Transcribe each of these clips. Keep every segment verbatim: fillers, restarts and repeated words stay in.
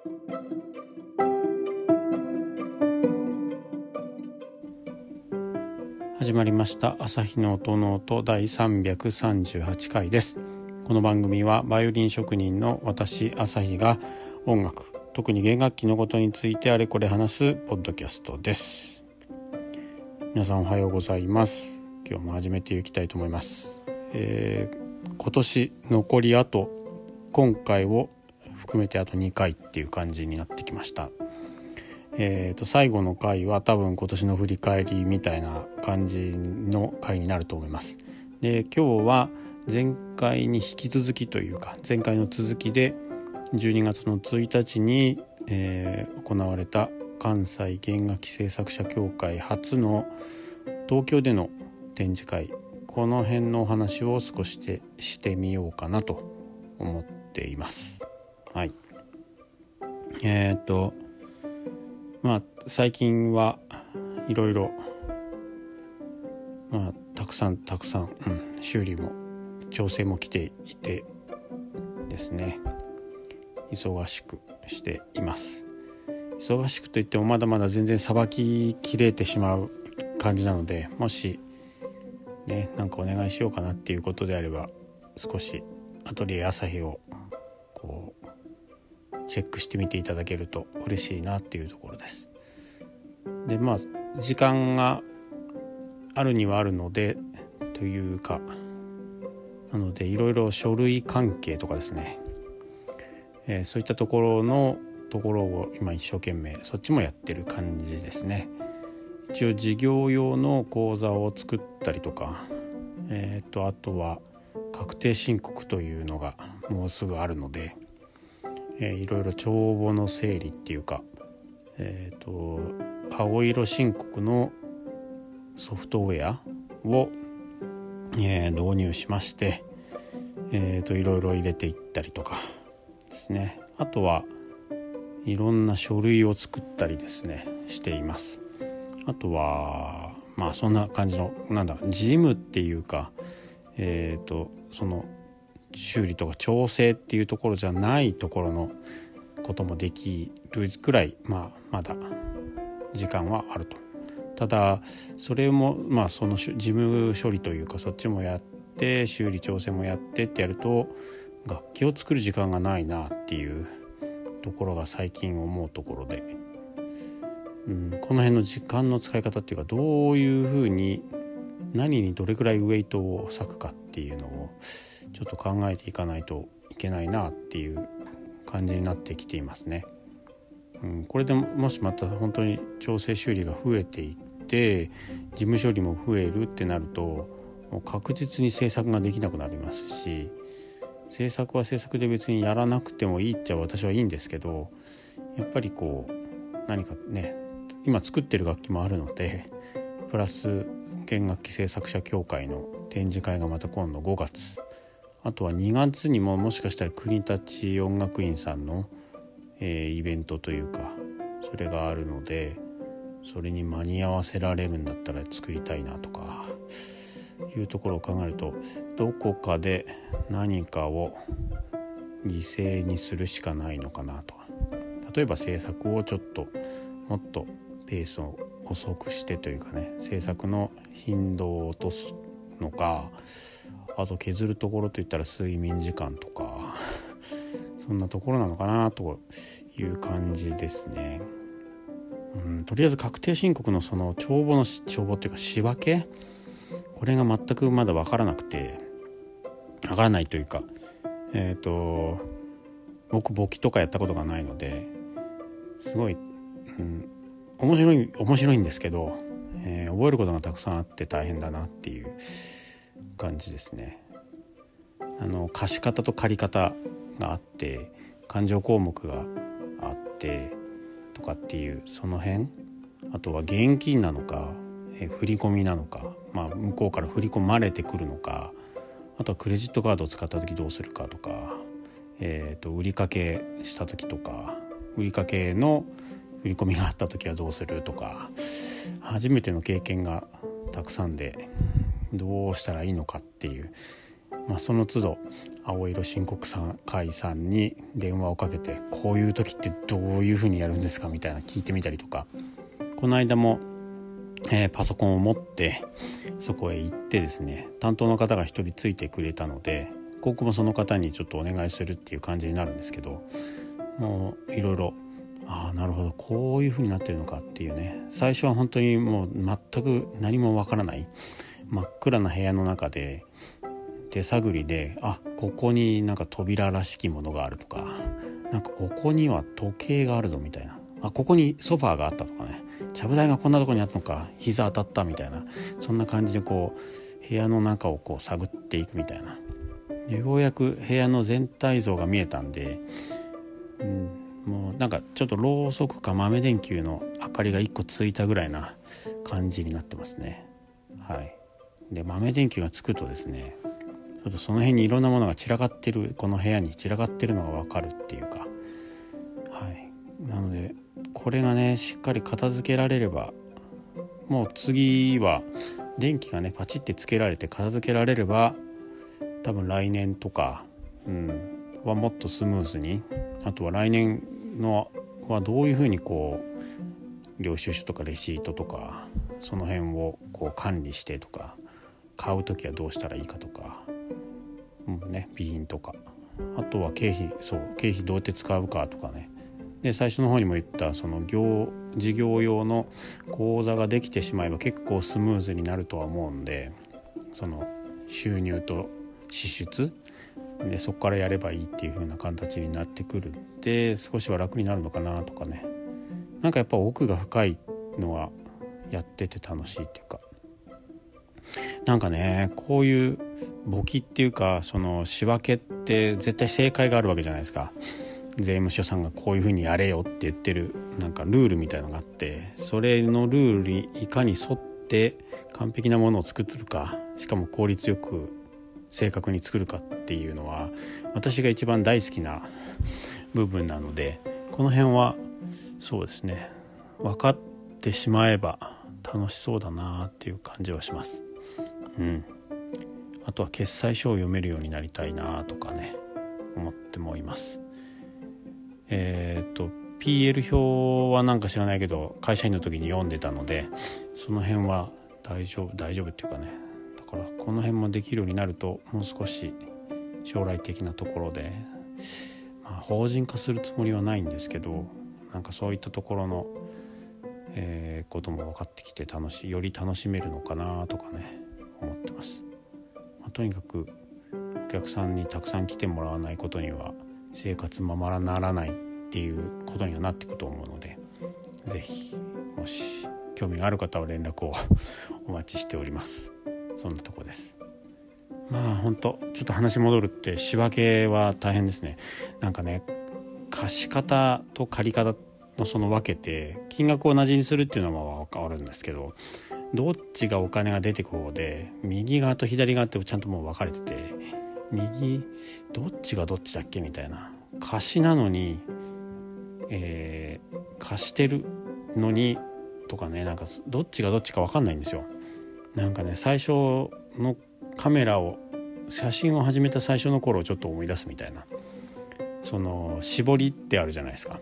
始まりました朝日の音の音第さんびゃくさんじゅうはちかいです。この番組はバイオリン職人の私朝日が音楽、特に弦楽器のことについてあれこれ話すポッドキャストです。皆さんおはようございます。今日も始めていきたいと思います。えー、今年残りあと今回を含めてあとにかいっていう感じになってきました。えー、と最後の回は多分今年の振り返りみたいな感じの回になると思います。で、今日は前回に引き続きというか前回の続きでじゅうにがつのついたちに、えー、行われた関西弦楽器製作者協会初の東京での展示会、この辺のお話を少ししてしてみようかなと思っています。はい。えっ、ー、とまあ最近はいろいろまあたくさんたくさん、うん、修理も調整も来ていてですね、忙しくしています。忙しくといってもまだまだ全然さばききれてしまう感じなので、もしねなんかお願いしようかなっていうことであれば少しアトリエ朝日をこうチェックしてみていただけると嬉しいなっていうところです。でまあ時間があるにはあるのでというかなのでいろいろ書類関係とかですね、えー、そういったところのところを今一生懸命そっちもやってる感じですね。一応事業用の口座を作ったりとか、えー、とあとは確定申告というのがもうすぐあるので、えー、いろいろ帳簿の整理っていうか、えー、と青色申告のソフトウェアを、えー、導入しまして、えー、といろいろ入れていったりとかですね。あとはいろんな書類を作ったりですねしています。あとはまあそんな感じのなんだ事務っていうか、えー、とその修理とか調整っていうところじゃないところのこともできるくらい、まあ、まだ時間はあると。ただそれもまあその事務処理というかそっちもやって修理調整もやってってやると楽器を作る時間がないなっていうところが最近思うところで、うん、この辺の時間の使い方っていうかどういうふうに何にどれくらいウェイトを割くかっていうのをちょっと考えていかないといけないなっていう感じになってきていますね。うん、これでもしまた本当に調整修理が増えていって事務処理も増えるってなるともう確実に制作ができなくなりますし、制作は制作で別にやらなくてもいいっちゃ私はいいんですけど、やっぱりこう何かね今作ってる楽器もあるので、プラス弦楽器製作者協会の展示会がまた今度ごがつ、あとはにがつにももしかしたら国立音楽院さんの、えー、イベントというかそれがあるので、それに間に合わせられるんだったら作りたいなとかいうところを考えると、どこかで何かを犠牲にするしかないのかなと。例えば制作をちょっともっとペースを遅くしてというかね、制作の頻度を落とすのか、あと削るところといったら睡眠時間とかそんなところなのかなという感じですね。うん、とりあえず確定申告のその帳簿の帳簿っていうか仕分け、これが全くまだ分からなくて分からないというか、えっと僕簿記とかやったことがないのですごい、うん、面白い面白いんですけど、えー、覚えることがたくさんあって大変だなっていう感じですね。あの貸し方と借り方があって勘定項目があってとかっていうその辺、あとは現金なのか、えー、振り込みなのか、まあ、向こうから振り込まれてくるのか、あとはクレジットカードを使った時どうするかとか、えー、と売りかけした時とか、売りかけの振り込みがあった時はどうするとか、初めての経験がたくさんでどうしたらいいのかっていうまあ、その都度青色申告会さんに電話をかけて、こういう時ってどういう風にやるんですかみたいな聞いてみたりとか、この間も、えー、パソコンを持ってそこへ行ってですね、担当の方が一人ついてくれたので、僕もその方にちょっとお願いするっていう感じになるんですけど、もういろいろ、ああなるほどこういう風になってるのかっていうね、最初は本当にもう全く何もわからない、真っ暗な部屋の中で手探りで、あここになんか扉らしきものがあるとか、なんかここには時計があるぞみたいな、あここにソファーがあったとかね、ちゃぶ台がこんなとこにあったのか、膝当たったみたいな、そんな感じでこう部屋の中をこう探っていくみたいな。でようやく部屋の全体像が見えたんで、うん、もうなんかちょっとろうそくか豆電球の明かりがいっこついたぐらいな感じになってますね。はい。で豆電球がつくとですね、ちょっとその辺にいろんなものが散らかってる、この部屋に散らかってるのが分かるっていうか、はい。なのでこれがねしっかり片付けられれば、もう次は電気がねパチってつけられて片付けられれば、多分来年とか、うん、はもっとスムーズに、あとは来年のはどういうふうにこう領収書とかレシートとかその辺をこう管理してとか、買うときはどうしたらいいかとか、うんね、備品とか、あとは経費、そう経費どうやって使うかとかね。で最初の方にも言ったその業事業用の口座ができてしまえば結構スムーズになるとは思うんで、その収入と支出でそこからやればいいっていう風な形になってくるんで、少しは楽になるのかなとかね。なんかやっぱ奥が深いのはやってて楽しいっていうか、なんかねこういう簿記っていうかその仕分けって絶対正解があるわけじゃないですか。税務署さんがこういう風にやれよって言ってるなんかルールみたいなのがあって、それのルールにいかに沿って完璧なものを作ってるか、しかも効率よく正確に作るかっていうのは私が一番大好きな部分なので、この辺はそうですね、分かってしまえば楽しそうだなっていう感じはします。うん。あとは決済書を読めるようになりたいなとかね思ってもいます。えっと ピーエル 表はなんか知らないけど会社員の時に読んでたので、その辺は大丈夫大丈夫っていうかね、だからこの辺もできるようになるともう少し将来的なところで、まあ、法人化するつもりはないんですけど、なんかそういったところの、えー、ことも分かってきて楽しいより楽しめるのかなとかね思ってます。まあ、とにかくお客さんにたくさん来てもらわないことには生活ままならないっていうことにはなっていくと思うので、ぜひもし興味がある方は連絡をお待ちしております。そんなとこです。まあ本当ちょっと話戻るって仕分けは大変ですね。なんかね貸し方と借り方のその分けて金額を同じにするっていうのは分かるんですけど、どっちがお金が出てく方で右側と左側ってちゃんともう分かれてて、右どっちがどっちだっけみたいな、貸しなのに、えー、貸してるのにとかね、なんかどっちがどっちか分かんないんですよ。なんかね最初のカメラを写真を始めた最初の頃をちょっと思い出すみたいな、その絞りってあるじゃないですか。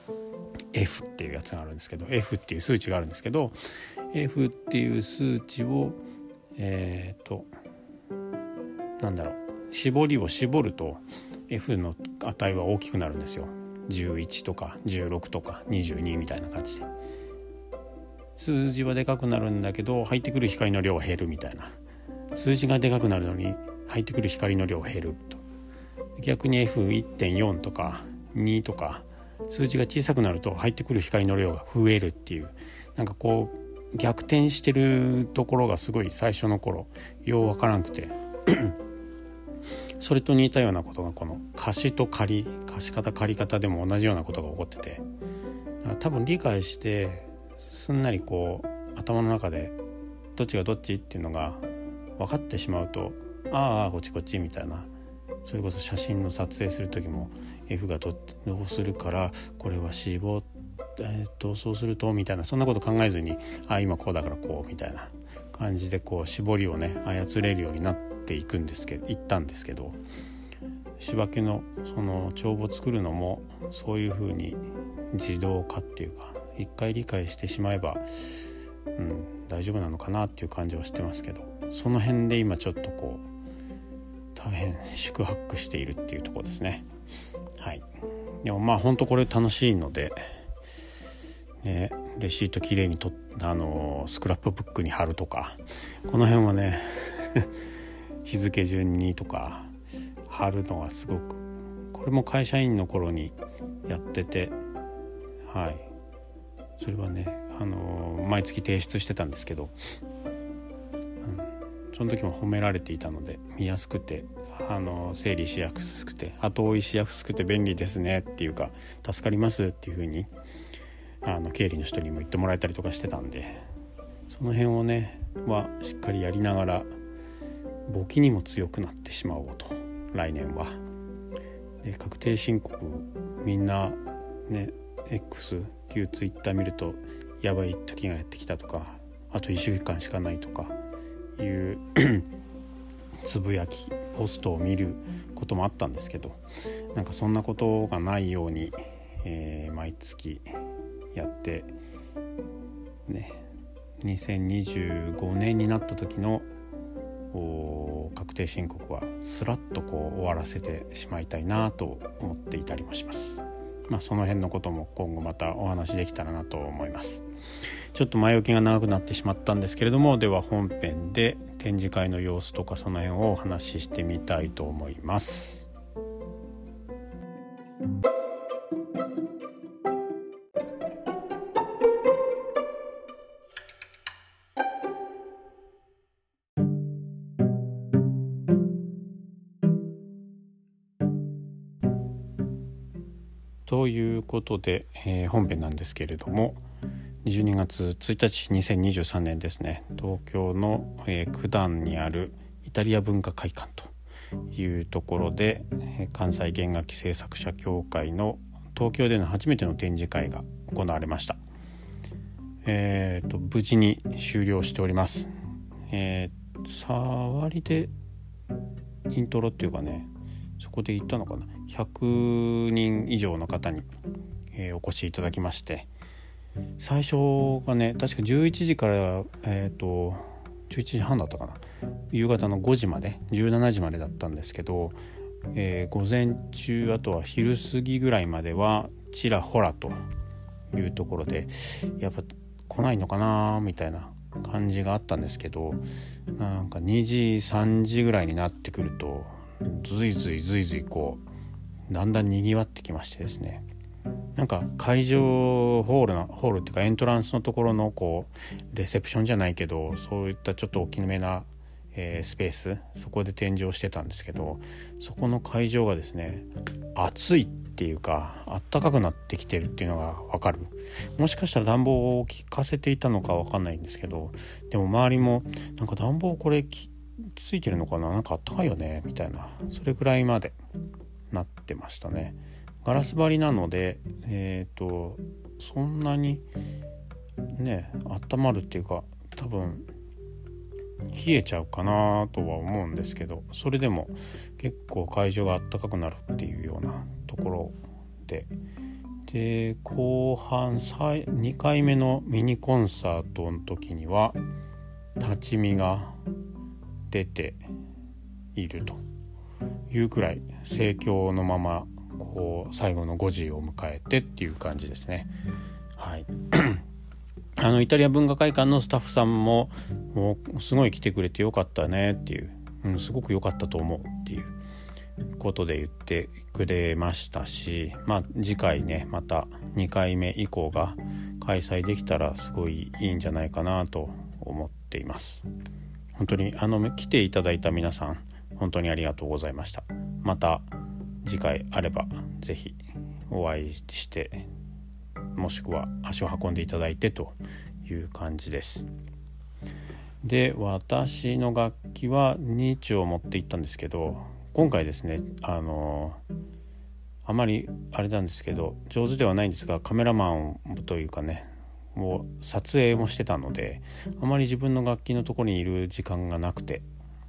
F っていうやつがあるんですけど F っていう数値があるんですけど F っていう数値をえっとなんだろう絞りを絞ると F の値は大きくなるんですよ。じゅういちとかじゅうろくとかにじゅうにみたいな感じで数字はでかくなるんだけど入ってくる光の量は減るみたいな、数字がでかくなるのに入ってくる光の量は減ると、逆に エフいってんよん とかにとか数字が小さくなると入ってくる光の量が増えるっていう、なんかこう逆転してるところがすごい最初の頃ようわからなくてそれと似たようなことがこの貸しと借り、貸し方借り方でも同じようなことが起こってて、だから多分理解してすんなりこう頭の中でどっちがどっちっていうのが分かってしまうと、ああこっちこっちみたいな、それこそ写真の撮影する時も F がどうするからこれは絞って、えー、とそうするとみたいな、そんなこと考えずにあ今こうだからこうみたいな感じでこう絞りをね操れるようになっていくんですけど行ったんですけど、仕分けのその帳簿作るのもそういう風に自動化っていうか、一回理解してしまえば、うん、大丈夫なのかなっていう感じはしてますけど、その辺で今ちょっとこう大変宿泊しているっていうところですね。はい。でもまあ本当これ楽しいので、ね、レシートきれいにとあのスクラップブックに貼るとか、この辺はね日付順にとか貼るのがすごく、これも会社員の頃にやってて、はい、それはね、あの毎月提出してたんですけど、うん、その時も褒められていたので見やすくて、あの整理しやすくて後追いしやすくて便利ですねっていうか、助かりますっていう風にあの経理の人にも言ってもらえたりとかしてたんで、その辺をねはしっかりやりながら簿記にも強くなってしまおうと、来年は。で確定申告みんなね X 旧ツイッター見るとやばい時がやってきたとか、あといっしゅうかんしかないとかいうつぶやきポストを見ることもあったんですけど、なんかそんなことがないように、えー、毎月やってね、にせんにじゅうごねんになった時の確定申告はスラッとこう終わらせてしまいたいなと思っていたりもします。まあその辺のことも今後またお話できたらなと思います。ちょっと前置きが長くなってしまったんですけれども、では本編で展示会の様子とかその辺をお話ししてみたいと思います。ということで、えー、本編なんですけれども、じゅうにがつついたちにせんにじゅうさんねんですね、東京の、えー、九段にあるイタリア文化会館というところで、えー、関西弦楽器製作者協会の東京での初めての展示会が行われました。えー、と無事に終了しております。えー、触りでイントロっていうかね、そこで言ったのかな、ひゃくにん以上の方に、えー、お越しいただきまして、最初がね確かじゅういちじから、えー、とじゅういちじはんだったかな、夕方のごじまでじゅうしちじまでだったんですけど、えー、午前中あとは昼過ぎぐらいまではちらほらというところで、やっぱ来ないのかなみたいな感じがあったんですけど、なんかにじさんじぐらいになってくるとずいずいずいずいこうだんだんにぎわってきましてですね、なんか会場ホールのホールっていうかエントランスのところのこうレセプションじゃないけど、そういったちょっと大きめな、えー、スペース、そこで展示をしてたんですけど、そこの会場がですね暑いっていうかあったかくなってきてるっていうのが分かる。もしかしたら暖房を効かせていたのか分かんないんですけど、でも周りもなんか暖房これきついてるのかな、なんかあったかいよねみたいな、それぐらいまでなってましたね。ガラス張りなので、えーと、そんなにね温まるっていうか、多分冷えちゃうかなとは思うんですけど、それでも結構会場が暖かくなるっていうようなところで、で後半にかいめのミニコンサートの時には立ち見が出ているというくらい盛況のままこう最後のごじを迎えてっていう感じですね。はいあのイタリア文化会館のスタッフさんももうすごい来てくれてよかったねっていう、うん、すごく良かったと思うっていうことで言ってくれましたし、まあ次回ねまたにかいめ以降が開催できたらすごいいいんじゃないかなと思っています。本当にあの来ていただいた皆さん本当にありがとうございました。また次回あればぜひお会いして、もしくは足を運んでいただいてという感じです。で私の楽器はに丁持って行ったんですけど、今回ですねあのあまりあれなんですけど上手ではないんですが、カメラマンというかねもう撮影もしてたので、あまり自分の楽器のところにいる時間がなくて、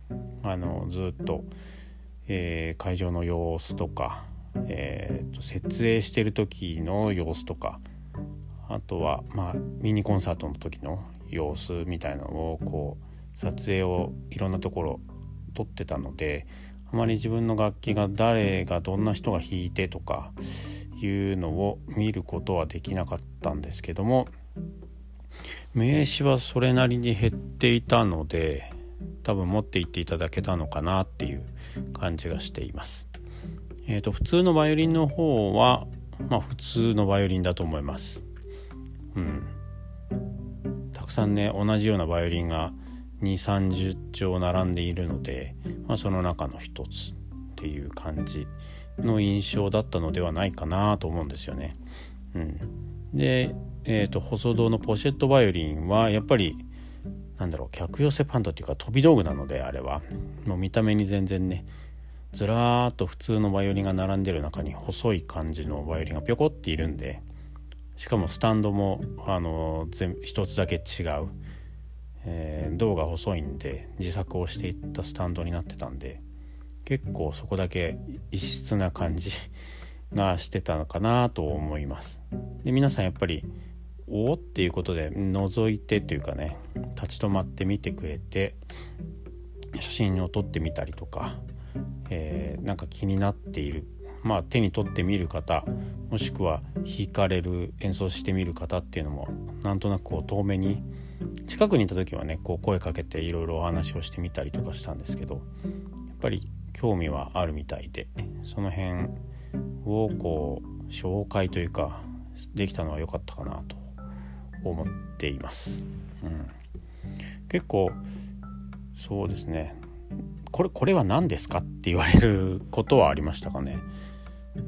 あのずっと、えー、会場の様子とか、えー、と設営してる時の様子とか、あとは、まあ、ミニコンサートの時の様子みたいなのをこう撮影をいろんなところ撮ってたので、あまり自分の楽器が誰がどんな人が弾いてとかいうのを見ることはできなかったんですけども、名刺はそれなりに減っていたので多分持って行っていただけたのかなっていう感じがしています。えーと、普通のバイオリンの方は、まあ、普通のバイオリンだと思います。うん、たくさんね同じようなバイオリンがにじゅう、さんじゅっちょう並んでいるので、まあ、その中の一つっていう感じの印象だったのではないかなと思うんですよね。うん、で、えーと、細胴のポシェットバイオリンはやっぱりなんだろう、客寄せパンダっていうか飛び道具なので、あれはもう見た目に全然ね、ずらーっと普通のバイオリンが並んでる中に細い感じのバイオリンがピョコっているんで、しかもスタンドもあの全一つだけ違う、えー、胴が細いんで自作をしていったスタンドになってたんで、結構そこだけ異質な感じがしてたのかなと思います。で、皆さんやっぱりおーっていうことで覗いてというかね、立ち止まって見てくれて写真を撮ってみたりとか、えー、なんか気になっている、まあ手に取ってみる方、もしくは弾かれる演奏してみる方っていうのもなんとなくこう遠目に近くにいた時はねこう声かけていろいろお話をしてみたりとかしたんですけど、やっぱり興味はあるみたいで、その辺をこう紹介というかできたのは良かったかなと思っています。うん、結構そうですね、これこれは何ですかって言われることはありましたかね。うん、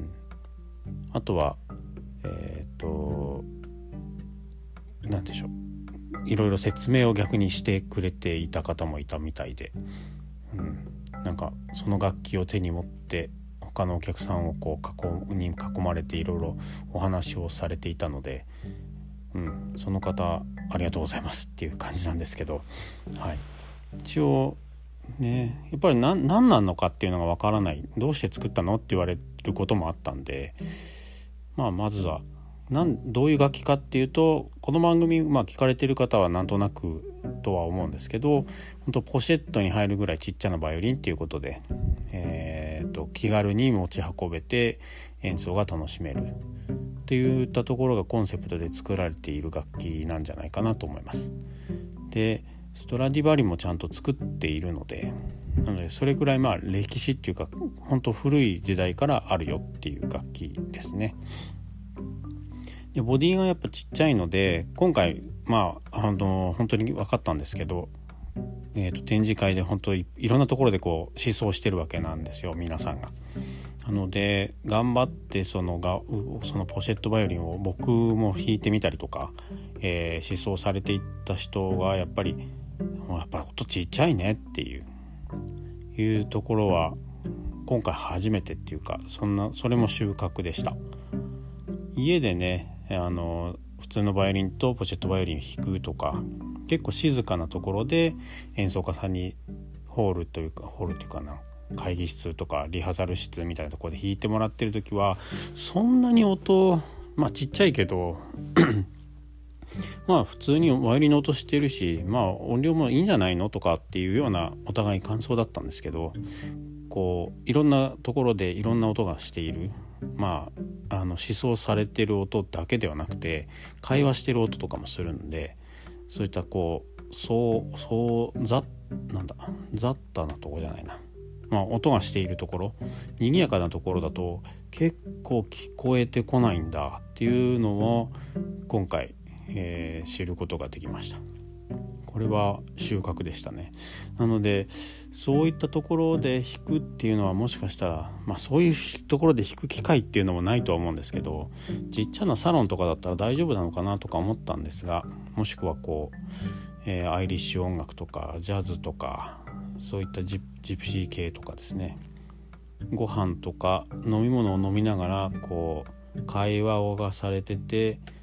あとはえっと何でしょう、いろいろ説明を逆にしてくれていた方もいたみたいで、うん、なんかその楽器を手に持って他のお客さんをこう囲に囲まれていろいろお話をされていたので、うん、その方ありがとうございますっていう感じなんですけど、はい、一応ね、やっぱり 何, 何なのかっていうのがわからない、どうして作ったのって言われることもあったんで、まあまずはなんどういう楽器かっていうと、この番組、まあ、聞かれてる方はなんとなくとは思うんですけど、本当ポシェットに入るぐらいちっちゃなバイオリンっていうことで、えー、と気軽に持ち運べて演奏が楽しめるっていったところがコンセプトで作られている楽器なんじゃないかなと思います。で、ストラディバリもちゃんと作っているので、なのでそれくらいまあ歴史っていうか本当古い時代からあるよっていう楽器ですね。でボディがやっぱちっちゃいので、今回まああの本当に分かったんですけど、えーと展示会で本当にいろんなところでこう試奏してるわけなんですよ、皆さんが。なので頑張ってそのがそのポシェットバイオリンを僕も弾いてみたりとか、えー、試奏されていった人がやっぱりやっぱり音ちっちゃいねっていういうところは今回初めてっていうか、そんなそれも収穫でした。家でね、あの普通のバイオリンとポシェットバイオリン弾くとか、結構静かなところで演奏家さんにホールというかホールっていうかな会議室とかリハーサル室みたいなところで弾いてもらってる時はそんなに音まあちっちゃいけどまあ普通にバイオリンの音してるし、まあ音量もいいんじゃないのとかっていうようなお互い感想だったんですけど、こういろんなところでいろんな音がしている、まああの試奏されてる音だけではなくて会話してる音とかもするんで、そういったこうそうそうざなんだ雑多なところじゃないな、まあ音がしているところ、賑やかなところだと結構聞こえてこないんだっていうのを今回えー、知ることができました。これは収穫でしたね。なのでそういったところで弾くっていうのはもしかしたら、まあそういうところで弾く機会っていうのもないとは思うんですけど、ちっちゃなサロンとかだったら大丈夫なのかなとか思ったんですが、もしくはこう、えー、アイリッシュ音楽とかジャズとかそういったジプ、ジプシー系とかですね、ご飯とか飲み物を飲みながらこう会話がされてて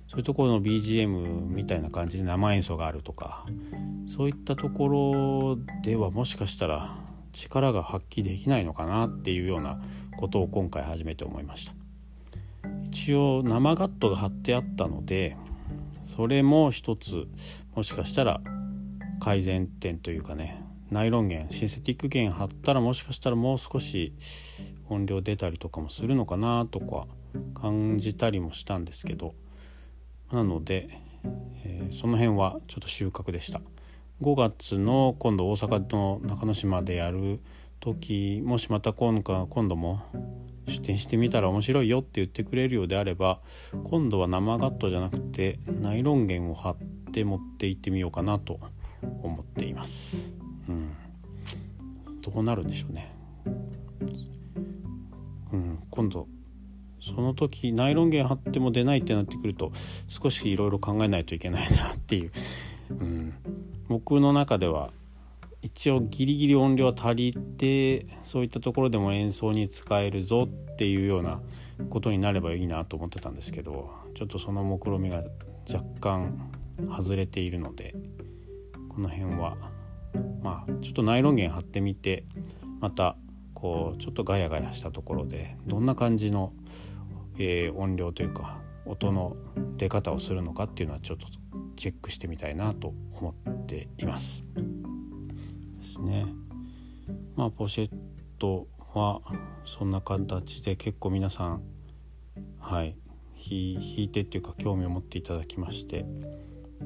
そういうところの ビージーエム みたいな感じで生演奏があるとか、そういったところではもしかしたら力が発揮できないのかなっていうようなことを今回初めて思いました。一応生ガットが貼ってあったので、それも一つもしかしたら改善点というかね、ナイロン弦、シンセティック弦貼ったらもしかしたらもう少し音量出たりとかもするのかなとか感じたりもしたんですけど、なので、えー、その辺はちょっと収穫でした。ごがつの今度大阪の中之島でやる時、もしまた今度今度も出展してみたら面白いよって言ってくれるようであれば、今度は生ガットじゃなくてナイロン弦を貼って持って行ってみようかなと思っています。うん、どうなるんでしょうね。うん、今度その時ナイロン弦貼っても出ないってなってくると少しいろいろ考えないといけないなっていう、うん、僕の中では一応ギリギリ音量は足りて、そういったところでも演奏に使えるぞっていうようなことになればいいなと思ってたんですけど、ちょっとその目論見が若干外れているので、この辺はまあちょっとナイロン弦貼ってみて、またこうちょっとガヤガヤしたところでどんな感じの、えー、音量というか音の出方をするのかっていうのはちょっとチェックしてみたいなと思っていますですね。まあポシェットはそんな形で結構皆さんはい弾いてっていうか興味を持っていただきまして、うん、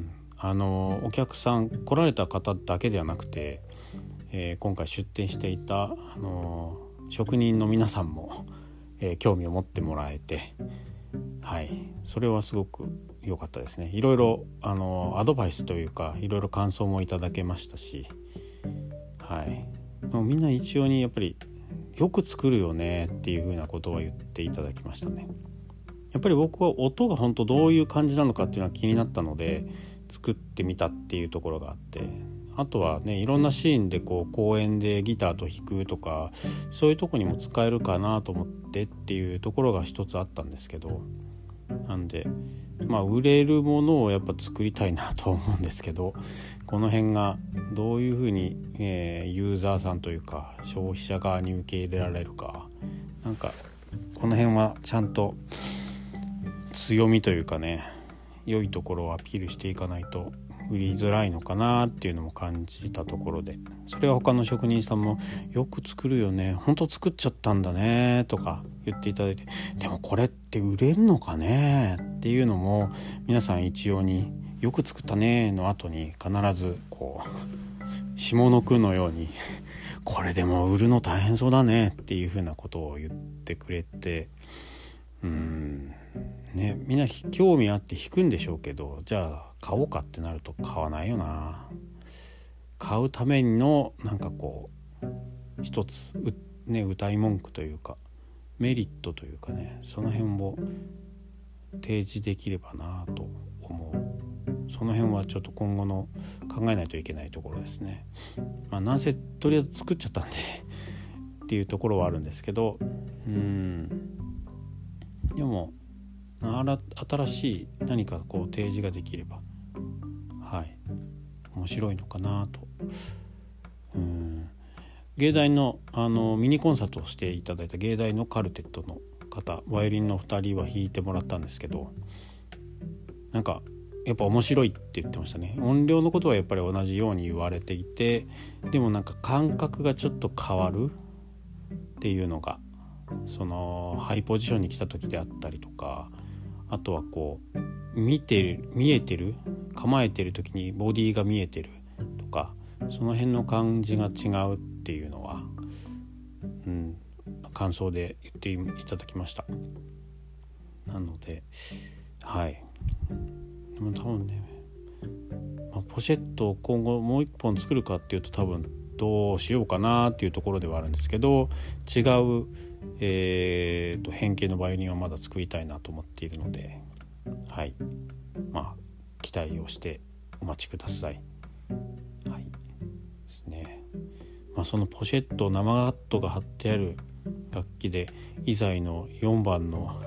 あのお客さん来られた方だけではなくて、えー、今回出展していた、あのー、職人の皆さんも、えー、興味を持ってもらえて、はい、それはすごく良かったですね。いろいろ、あのー、アドバイスというかいろいろ感想もいただけましたし、はい、もうみんな一様にやっぱりよく作るよねっていう風なことを言っていただきましたね。やっぱり僕は音が本当どういう感じなのかっていうのは気になったので作ってみたっていうところがあって、あとはねいろんなシーンでこう公演でギターと弾くとかそういうとこにも使えるかなと思ってっていうところが一つあったんですけど、なんでまあ売れるものをやっぱ作りたいなと思うんですけど、この辺がどういうふうに、えー、ユーザーさんというか消費者側に受け入れられるか、なんかこの辺はちゃんと強みというかね良いところをアピールしていかないと売りづらいのかなっていうのも感じたところで、それは他の職人さんもよく作るよね、ほんと作っちゃったんだねとか言っていただいて、でもこれって売れるのかねっていうのも皆さん一様によく作ったねの後に必ずこう下の句のようにこれでも売るの大変そうだねっていうふうなことを言ってくれて、うーんね、みんな興味あって弾くんでしょうけど、じゃあ買おうかってなると買わないよな。買うためのなんかこう一つう、ね、歌い文句というかメリットというかね、その辺を提示できればなと思う。その辺はちょっと今後の考えないといけないところですね。まあなんせとりあえず作っちゃったんでっていうところはあるんですけど、うーんでも新しい何かこう提示ができればはい面白いのかなと。うーん芸大のあのミニコンサートをしていただいた芸大のカルテットの方、バイオリンのふたりは弾いてもらったんですけど、なんかやっぱ面白いって言ってましたね。音量のことはやっぱり同じように言われていて、でもなんか感覚がちょっと変わるっていうのがそのハイポジションに来た時であったりとか、あとはこう見てる見えてる構えてる時にボディが見えてるとか、その辺の感じが違うっていうのは、うん、感想で言っていただきました。なのではいでも多分ね、まあ、ポシェットを今後もう一本作るかっていうと多分どうしようかなっていうところではあるんですけど、違う、えー、と変形のバイオリンはまだ作りたいなと思っているので、はいまあ期待をしてお待ちください。はいですね。まあ、そのポシェット生ガットが貼ってある楽器でイザイのよんばんの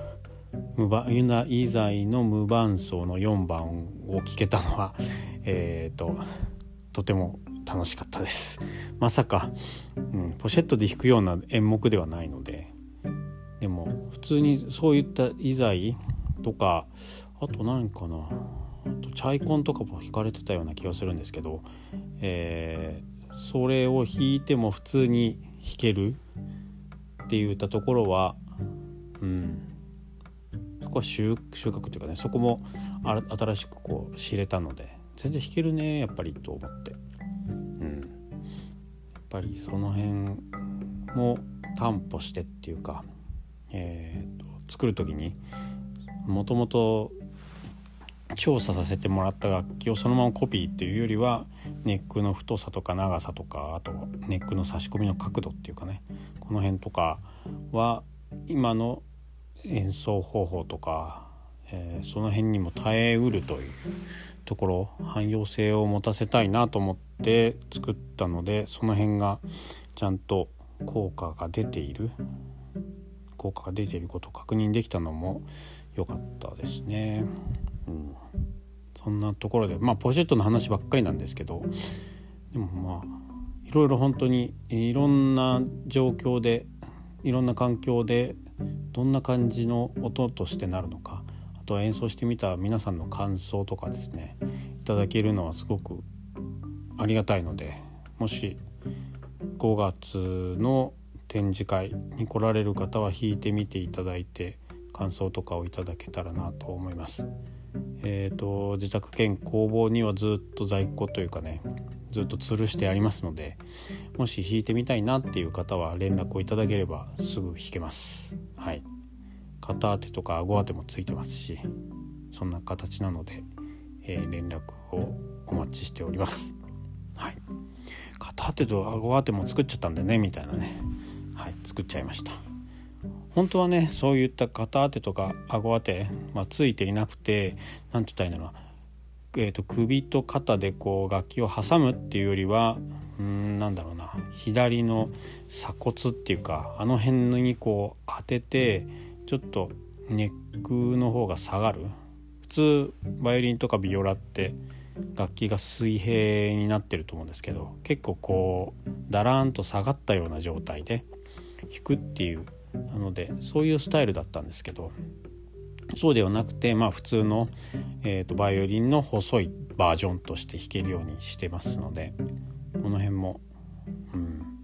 無伴以外の無伴奏のよんばんを聴けたのはえーととても楽しかったです。まさか、うん、ポシェットで弾くような演目ではないので、でも普通にそういった以外とか、あと何かな、あとチャイコンとかも弾かれてたような気がするんですけど、えー、それを弾いても普通に弾けるっていったところは、うん、そこは 収, 収穫というかね、そこも新しくこう知れたので、全然弾けるねやっぱりと思って、うん、やっぱりその辺も担保してっていうか、えー、と作る時にもともと調査させてもらった楽器をそのままコピーっていうよりは、ネックの太さとか長さとか、あとネックの差し込みの角度っていうかね、この辺とかは今の演奏方法とか、えー、その辺にも耐えうるというところ、汎用性を持たせたいなと思って作ったので、その辺がちゃんと効果が出ている効果が出ていることを確認できたのも良かったですね。うん、そんなところで、まあポシェットの話ばっかりなんですけど、でもまあいろいろ本当にいろんな状況で、いろんな環境でどんな感じの音としてなるのか、あとは演奏してみた皆さんの感想とかですね、いただけるのはすごくありがたいので、もしごがつの展示会に来られる方は弾いてみていただいて、感想とかをいただけたらなと思います。えーと、自宅兼工房にはずっと在庫というかね、ずっと吊るしてありますので、もし弾いてみたいなっていう方は連絡をいただければすぐ弾けます。はい、片当てとか顎当てもついてますし、そんな形なので、えー、連絡をお待ちしております。はい、片当てと顎当ても作っちゃったんでねみたいなね、はい、作っちゃいました。本当はね、そういった片当てとか顎当て、まあ、ついていなくて、なんて言ったらいいんだろうな、えーと、首と肩でこう楽器を挟むっていうよりは、うーんなんだろうな、左の鎖骨っていうか、あの辺にこう当てて、ちょっとネックの方が下がる。普通バイオリンとかビオラって楽器が水平になってると思うんですけど、結構こうだらーんと下がったような状態で弾くっていう、なのでそういうスタイルだったんですけど、そうではなくて、まあ普通の、えーと、バイオリンの細いバージョンとして弾けるようにしてますので、この辺も、うん、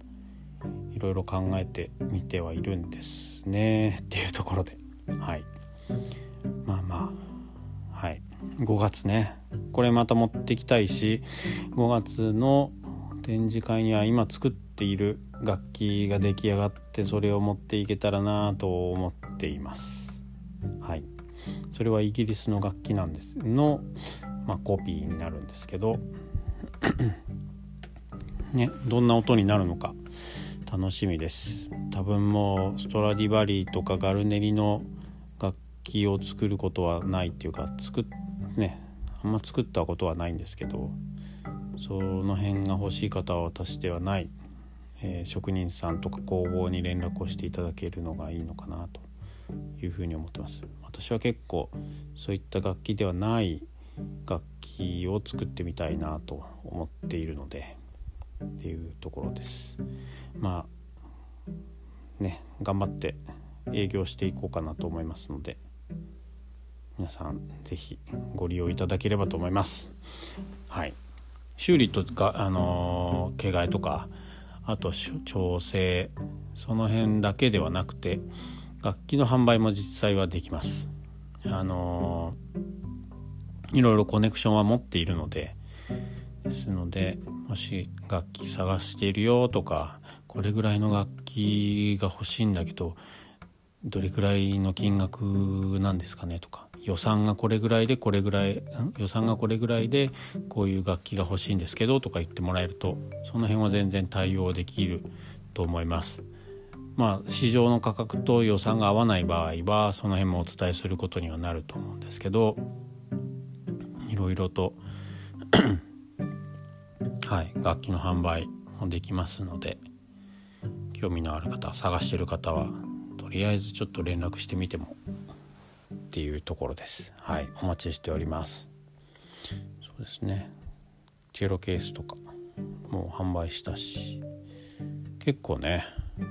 いろいろ考えてみてはいるんですねっていうところで、はい、まあまあ、はい、ごがつね、これまた持ってきたいし、ごがつの展示会には今作っている楽器が出来上がって、それを持っていけたらなと思っています。はい、それはイギリスの楽器なんですの、まあ、コピーになるんですけどね、どんな音になるのか楽しみです。多分もうストラディバリーとかガルネリの楽器を作ることはないっていうか、作っねあんま作ったことはないんですけど、その辺が欲しい方は私ではない、えー、職人さんとか工房に連絡をしていただけるのがいいのかなというふうに思ってます。私は結構そういった楽器ではない楽器を作ってみたいなと思っているのでっていうところです。まあね、頑張って営業していこうかなと思いますので、皆さんぜひご利用いただければと思います。はい、修理とか、あのー、毛替えとか、あと調整、その辺だけではなくて楽器の販売も実際はできます。あのー、いろいろコネクションは持っているので、ですので、もし楽器探しているよとか、これぐらいの楽器が欲しいんだけどどれくらいの金額なんですかねとか、予算がこれぐらいでこれぐらい予算がこれぐらいでこういう楽器が欲しいんですけどとか言ってもらえると、その辺は全然対応できると思います。まあ市場の価格と予算が合わない場合はその辺もお伝えすることにはなると思うんですけど、いろいろとはい、楽器の販売もできますので、興味のある方、探している方はとりあえずちょっと連絡してみてもっていうところです。はい、お待ちしております。そうですね、チェロケースとかもう販売したし、結構ね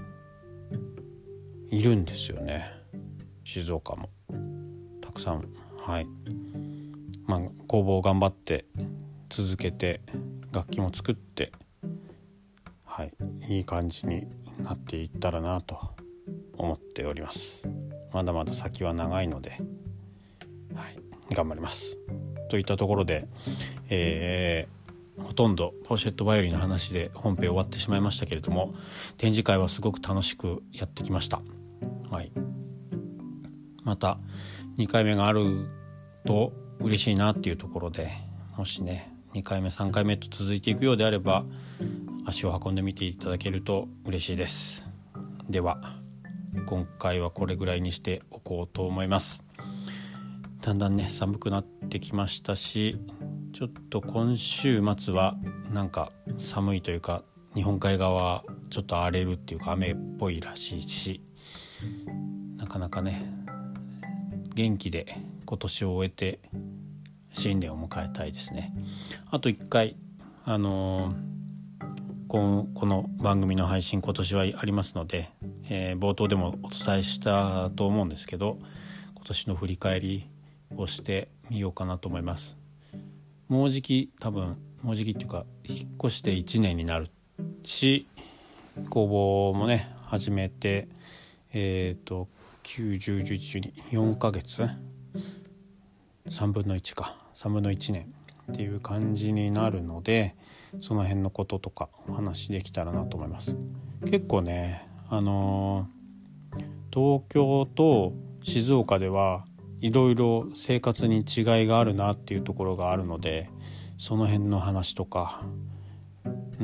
いるんですよね、静岡もたくさん。はい、まあ工房頑張って続けて楽器も作って、はい、いい感じになっていったらなと思っております。まだまだ先は長いので、はい、頑張りますといったところで、えー、ほとんどポシェットバイオリンの話で本編終わってしまいましたけれども、展示会はすごく楽しくやってきました。はい、またにかいめがあると嬉しいなっていうところで、もしねにかいめさんかいめと続いていくようであれば足を運んでみていただけると嬉しいです。では今回はこれぐらいにしておこうと思います。だんだんね寒くなってきましたし、ちょっと今週末はなんか寒いというか、日本海側ちょっと荒れるっていうか雨っぽいらしいし、なかなかね元気で今年を終えて新年を迎えたいですね。あといっかいあのー、この、この番組の配信今年はありますので、えー、冒頭でもお伝えしたと思うんですけど、今年の振り返りをしてみようかなと思います。もうじき多分もうじきっていうか引っ越していちねんになるし、工房もね始めてえっときゅう、じゅう、じゅういち、じゅうに、よんかげつさんぶんのいちかさんぶんのいちねんっていう感じになるので、その辺のこととかお話できたらなと思います。結構ねあのー、東京と静岡ではいろいろ生活に違いがあるなっていうところがあるので、その辺の話とか、うん、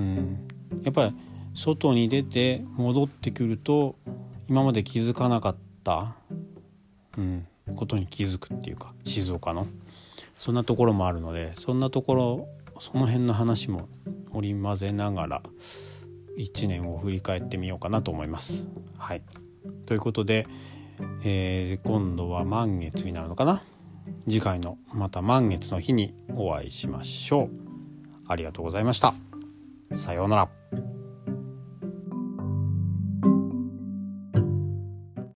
やっぱり外に出て戻ってくると今まで気づかなかった、うん、ことに気づくっていうか、静岡のそんなところもあるので、そんなところその辺の話も織り交ぜながらいちねんを振り返ってみようかなと思います。はい、ということで、えー、今度は満月になるのかな。次回のまた満月の日にお会いしましょう。ありがとうございました。さようなら。